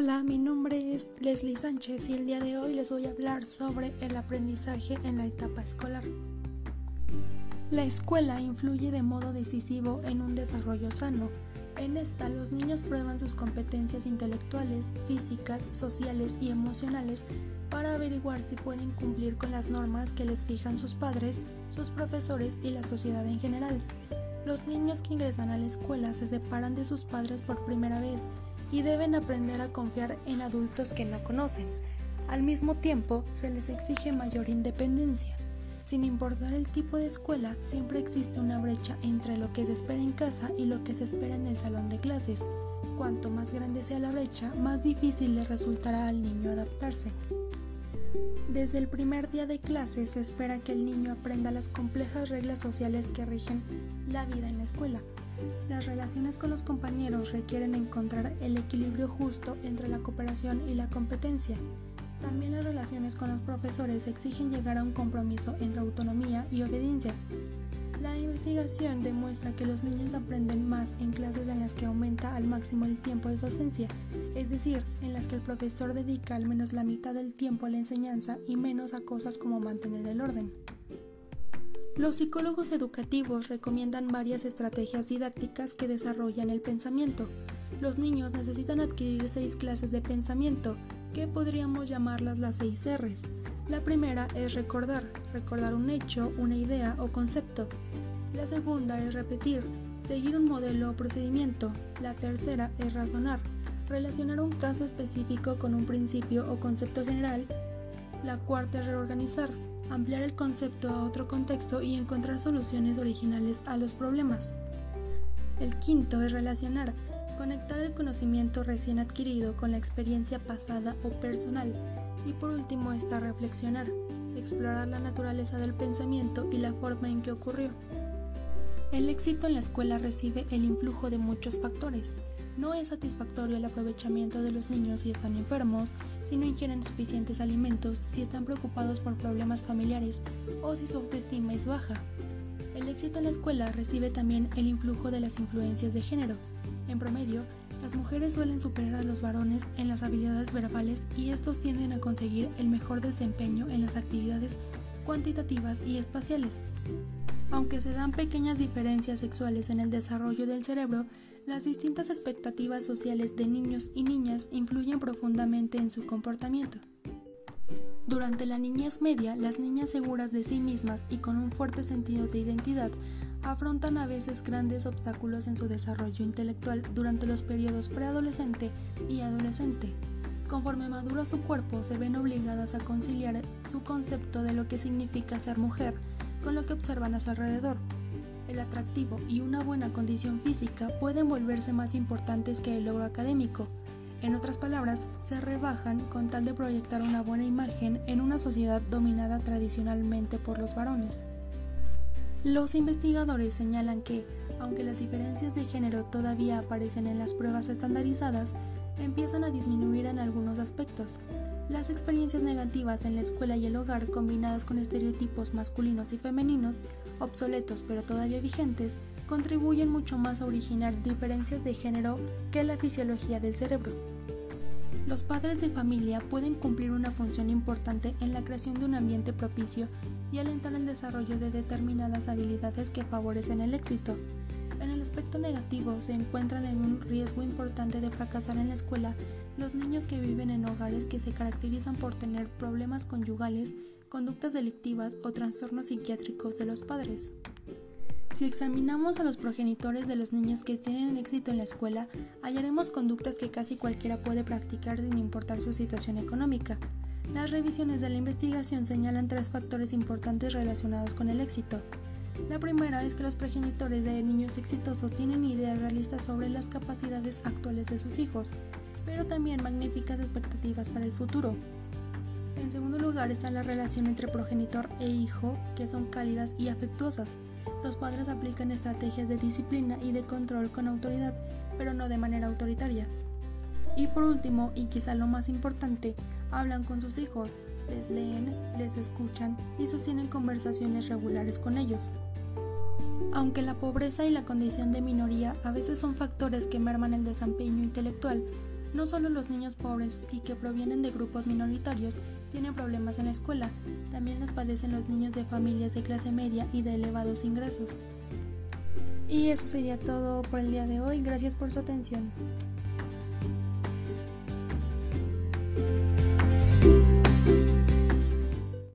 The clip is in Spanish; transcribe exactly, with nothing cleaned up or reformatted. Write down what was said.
Hola, mi nombre es Leslie Sánchez y el día de hoy les voy a hablar sobre el aprendizaje en la etapa escolar. La escuela influye de modo decisivo en un desarrollo sano. En esta, los niños prueban sus competencias intelectuales, físicas, sociales y emocionales para averiguar si pueden cumplir con las normas que les fijan sus padres, sus profesores y la sociedad en general. Los niños que ingresan a la escuela se separan de sus padres por primera vez y deben aprender a confiar en adultos que no conocen. Al mismo tiempo, se les exige mayor independencia. Sin importar el tipo de escuela, siempre existe una brecha entre lo que se espera en casa y lo que se espera en el salón de clases. Cuanto más grande sea la brecha, más difícil le resultará al niño adaptarse. Desde el primer día de clase se espera que el niño aprenda las complejas reglas sociales que rigen la vida en la escuela. Las relaciones con los compañeros requieren encontrar el equilibrio justo entre la cooperación y la competencia. También las relaciones con los profesores exigen llegar a un compromiso entre autonomía y obediencia. La investigación demuestra que los niños aprenden más en clases en las que aumenta al máximo el tiempo de docencia, es decir, en las que el profesor dedica al menos la mitad del tiempo a la enseñanza y menos a cosas como mantener el orden. Los psicólogos educativos recomiendan varias estrategias didácticas que desarrollan el pensamiento. Los niños necesitan adquirir seis clases de pensamiento, que podríamos llamarlas las seis R's. La primera es recordar, recordar un hecho, una idea o concepto. La segunda es repetir, seguir un modelo o procedimiento. La tercera es razonar, relacionar un caso específico con un principio o concepto general. La cuarta es reorganizar, ampliar el concepto a otro contexto y encontrar soluciones originales a los problemas. El quinto es relacionar, conectar el conocimiento recién adquirido con la experiencia pasada o personal. Y por último está reflexionar, explorar la naturaleza del pensamiento y la forma en que ocurrió. El éxito en la escuela recibe el influjo de muchos factores. No es satisfactorio el aprovechamiento de los niños si están enfermos, si no ingieren suficientes alimentos, si están preocupados por problemas familiares o si su autoestima es baja. El éxito en la escuela recibe también el influjo de las influencias de género. En promedio, las mujeres suelen superar a los varones en las habilidades verbales y estos tienden a conseguir el mejor desempeño en las actividades cuantitativas y espaciales. Aunque se dan pequeñas diferencias sexuales en el desarrollo del cerebro, las distintas expectativas sociales de niños y niñas influyen profundamente en su comportamiento. Durante la niñez media, las niñas seguras de sí mismas y con un fuerte sentido de identidad afrontan a veces grandes obstáculos en su desarrollo intelectual durante los periodos preadolescente y adolescente. Conforme madura su cuerpo, se ven obligadas a conciliar su concepto de lo que significa ser mujer con lo que observan a su alrededor. El atractivo y una buena condición física pueden volverse más importantes que el logro académico. En otras palabras, se rebajan con tal de proyectar una buena imagen en una sociedad dominada tradicionalmente por los varones. Los investigadores señalan que, aunque las diferencias de género todavía aparecen en las pruebas estandarizadas, empiezan a disminuir en algunos aspectos. Las experiencias negativas en la escuela y el hogar, combinadas con estereotipos masculinos y femeninos, obsoletos pero todavía vigentes, contribuyen mucho más a originar diferencias de género que la fisiología del cerebro. Los padres de familia pueden cumplir una función importante en la creación de un ambiente propicio y alentar el desarrollo de determinadas habilidades que favorecen el éxito. En el aspecto negativo se encuentran en un riesgo importante de fracasar en la escuela los niños que viven en hogares que se caracterizan por tener problemas conyugales, conductas delictivas o trastornos psiquiátricos de los padres. Si examinamos a los progenitores de los niños que tienen éxito en la escuela, hallaremos conductas que casi cualquiera puede practicar sin importar su situación económica. Las revisiones de la investigación señalan tres factores importantes relacionados con el éxito. La primera es que los progenitores de niños exitosos tienen ideas realistas sobre las capacidades actuales de sus hijos, pero también magníficas expectativas para el futuro. En segundo lugar está la relación entre progenitor e hijo, que son cálidas y afectuosas. Los padres aplican estrategias de disciplina y de control con autoridad, pero no de manera autoritaria. Y por último, y quizá lo más importante, hablan con sus hijos, les leen, les escuchan y sostienen conversaciones regulares con ellos. Aunque la pobreza y la condición de minoría a veces son factores que merman el desempeño intelectual, No solo los niños pobres y que provienen de grupos minoritarios tienen problemas en la escuela, también los padecen los niños de familias de clase media y de elevados ingresos. Y eso sería todo por el día de hoy. Gracias por su atención.